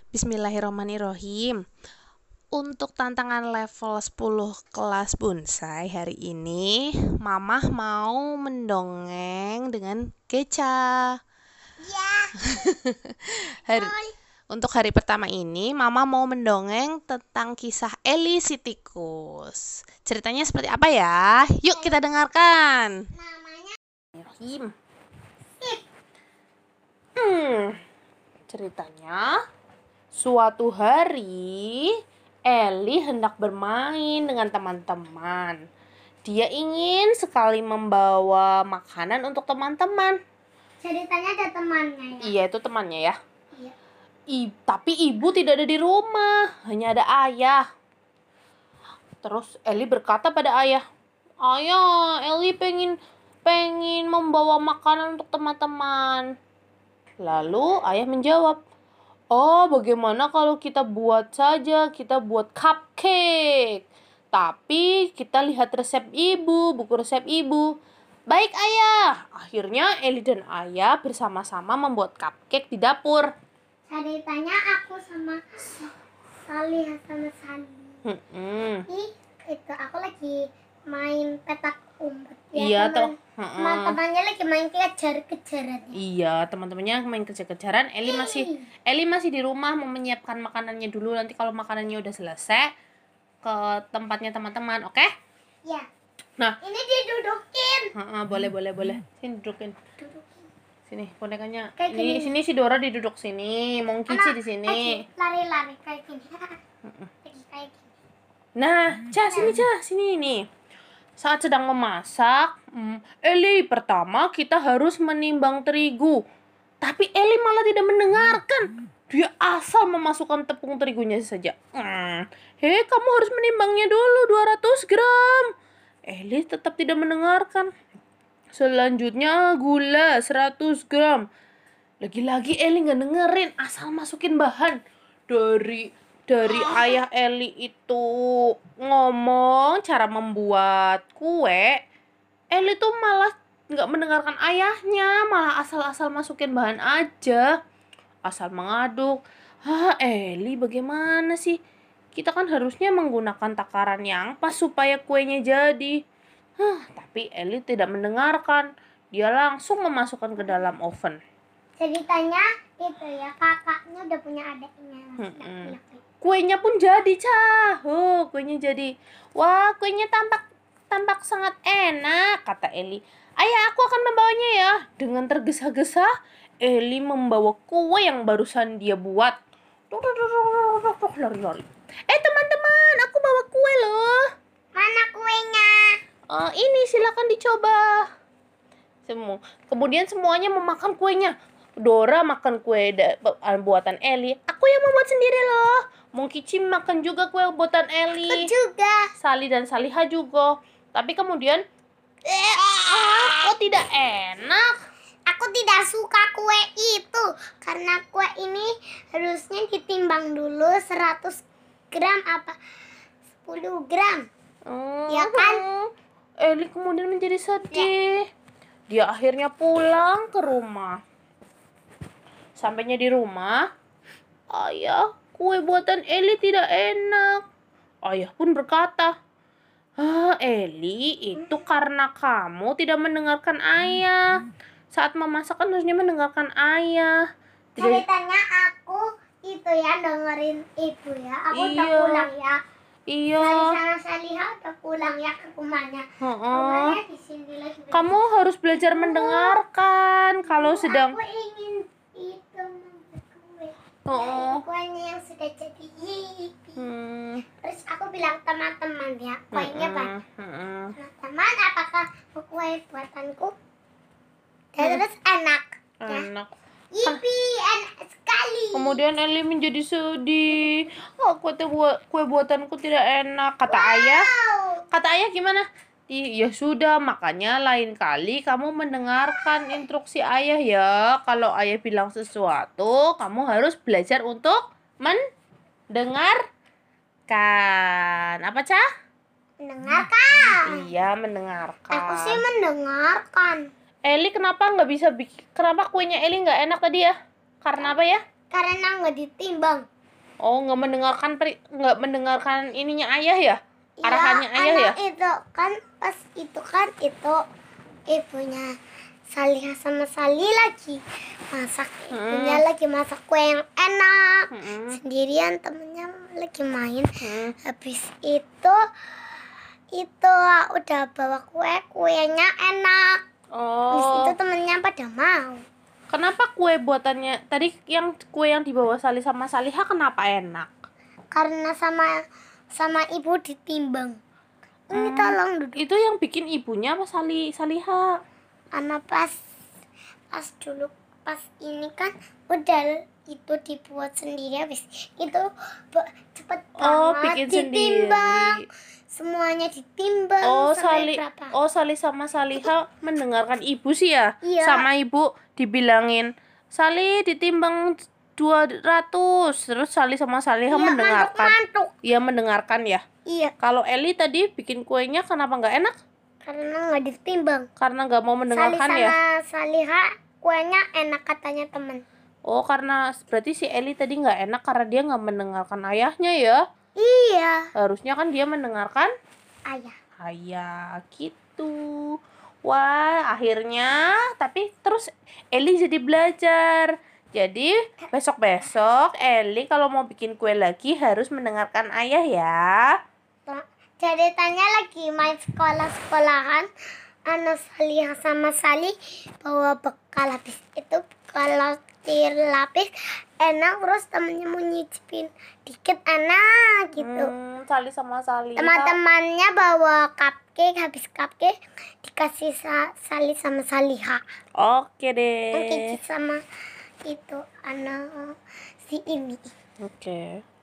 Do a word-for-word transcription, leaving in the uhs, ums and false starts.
Bismillahirrahmanirrahim. Untuk tantangan level sepuluh kelas bonsai hari ini, Mamah mau mendongeng dengan Geca. Ya. hari, untuk hari pertama ini, Mama mau mendongeng tentang kisah Eli si tikus. Ceritanya seperti apa ya? Yuk kita dengarkan. Namanya Rahim. Hmm, ceritanya suatu hari Eli hendak bermain dengan teman-teman. Dia ingin sekali membawa makanan untuk teman-teman. ceritanya ada temannya ya? Iya, itu temannya ya. Iya. I, tapi ibu tidak ada di rumah, hanya ada ayah. Terus Eli berkata pada ayah, "Ayah, Eli pengen pengen membawa makanan untuk teman-teman." Lalu ayah menjawab, "Oh, bagaimana kalau kita buat saja, kita buat cupcake. Tapi kita lihat resep ibu, buku resep ibu." "Baik, ayah." Akhirnya Eli dan ayah bersama-sama membuat cupcake di dapur. Ceritanya aku sama Salih sama Sandi. Hmm. Ih, itu aku lagi main petak umpet. Ya, Iya, teman, toh. Hmm. teman-temannya lagi main kejar-kejaran. Iya, teman-temannya main kejar-kejaran. Eli masih Eli masih di rumah mau menyiapkan makanannya dulu. Nanti kalau makanannya udah selesai ke tempatnya teman-teman, oke? Okay? Ya. Nah, ini didudukin. Heeh, boleh boleh boleh. Sini dudukin. Dudukin. Sini bonekanya. Kayak Ini gini. sini si Dora diduduk sini, Mongkici di sini. Lari-lari kayak gini. Lagi kayak gini. Nah, Ca, sini Ca, sini nih. Saat sedang memasak, hmm, Eli pertama kita harus menimbang terigu. Tapi Eli malah tidak mendengarkan. Dia asal memasukkan tepung terigunya saja. Hmm, hei, kamu harus menimbangnya dulu dua ratus gram. Eli tetap tidak mendengarkan. Selanjutnya gula seratus gram. Lagi-lagi Eli nggak dengerin, asal masukin bahan. Dari dari ayah Eli itu ngomong cara membuat kue, Eli tuh malah nggak mendengarkan ayahnya, malah asal-asal masukin bahan aja, asal mengaduk. Hah, Eli bagaimana sih? Kita kan harusnya menggunakan takaran yang pas supaya kuenya jadi. Hah, tapi Eli tidak mendengarkan. Dia langsung memasukkan ke dalam oven. Ceritanya itu ya, kakaknya udah punya adiknya. Hmm. Kuenya pun jadi, Cah. Oh, kuenya jadi. Wah, kuenya tampak tampak sangat enak, kata Eli. "Ayah, aku akan membawanya ya." Dengan tergesa-gesa, Eli membawa kue yang barusan dia buat. Lari-lari. "Eh, teman-teman, aku bawa kue loh." Mana kuenya? Oh, ini silakan dicoba. Semua. Kemudian semuanya memakan kuenya. Dora makan kue da- buatan Eli. "Aku yang membuat sendiri loh." Mongkici makan juga kue buatan Eli. Aku juga. Sali dan Saliha juga. Tapi kemudian, eh, ah, kok tidak enak? Aku tidak suka kue itu. Karena kue ini harusnya ditimbang dulu seratus gram apa sepuluh gram. Hmm, Ya kan? Eli kemudian menjadi sedih. Ya. Dia akhirnya pulang ke rumah. Sampainya di rumah, "Ayah, kue buatan Eli tidak enak." Ayah pun berkata, "Ah, Eli, itu karena kamu tidak mendengarkan ayah. Saat memasak kan harusnya mendengarkan ayah." Tidak... Ceritanya aku itu ya dengerin ibu ya. Aku iya. udah pulang ya. Iya. Sama Saliha udah pulang ya ke rumahnya. Rumahnya di sini lagi. Kamu harus belajar mendengarkan kalau Ibu, sedang. Aku ingin itu membuat kue. Oh. Kuenya yang sudah jadi. Hmm. Terus aku bilang teman-teman ya, kuenya Hmm. banyak. Hmm. Teman-teman, apakah kue buatanku? Dan terus enak. Enak. Ya. Yipi, enak sekali. Kemudian Eli menjadi sedih. "Oh, kue buat kue buatanku tidak enak," kata wow. ayah. Kata ayah gimana? "Ya sudah, makanya lain kali kamu mendengarkan instruksi ayah ya. Kalau ayah bilang sesuatu, kamu harus belajar untuk mendengarkan." Apa, Cah? Mendengarkan. Iya, mendengarkan. Aku sih mendengarkan. Eli kenapa nggak bisa bikin? Kenapa kuenya Eli nggak enak tadi ya? Karena apa ya? Karena nggak ditimbang. Oh, nggak mendengarkan peri nggak mendengarkan ininya ayah ya? Arahannya ayah ya? anak itu kan pas itu kan itu ibunya Salihah sama Sali lagi masak, ibunya lagi masak kue yang enak. Mm-mm. Sendirian temennya lagi main. Mm. Habis itu itu udah bawa kue, kuenya enak. Habis itu Oh, temennya pada mau. kenapa kue buatannya tadi yang kue yang dibawa Sali sama Salihah kenapa enak? Karena sama sama ibu ditimbang. Ini Hmm, tolong duduk. itu yang bikin ibunya apa Sali Salihah? Karena pas pas dulu pas ini kan udah itu dibuat sendiri, habis itu be- cepet Oh, banget bikin ditimbang. sendiri. Semuanya ditimbang Oh, sampai Sali berapa? Oh, Sali sama Salihah mendengarkan ibu sih ya? Iya. Sama ibu dibilangin, "Sali ditimbang dua ratus." Terus Sali sama Salihah Iya, mendengarkan. mantuk-mantuk. Iya, mendengarkan ya. Iya, Kalau Eli tadi bikin kuenya kenapa nggak enak? karena nggak ditimbang. Karena nggak mau Sali mendengarkan sama ya. Salihah kuenya enak katanya temen. Oh, karena berarti si Eli tadi nggak enak karena dia nggak mendengarkan ayahnya ya. Iya, Harusnya kan dia mendengarkan ayah. ayah gitu. Wah, akhirnya tapi terus Eli jadi belajar. Jadi besok-besok Eli kalau mau bikin kue lagi harus mendengarkan ayah ya. Jadi tanya lagi main sekolah-sekolahan. Anak Salihah sama Sali bawa bekal, habis itu kalau lapis enak, terus temennya mau nyicipin dikit enak gitu. Hmm, Sali sama Sali. Teman-temannya bawa cupcake, habis cupcake dikasih sa Sali sama Salihah. Oke Yang deh. Kiki sama itu anak si ini. Oke.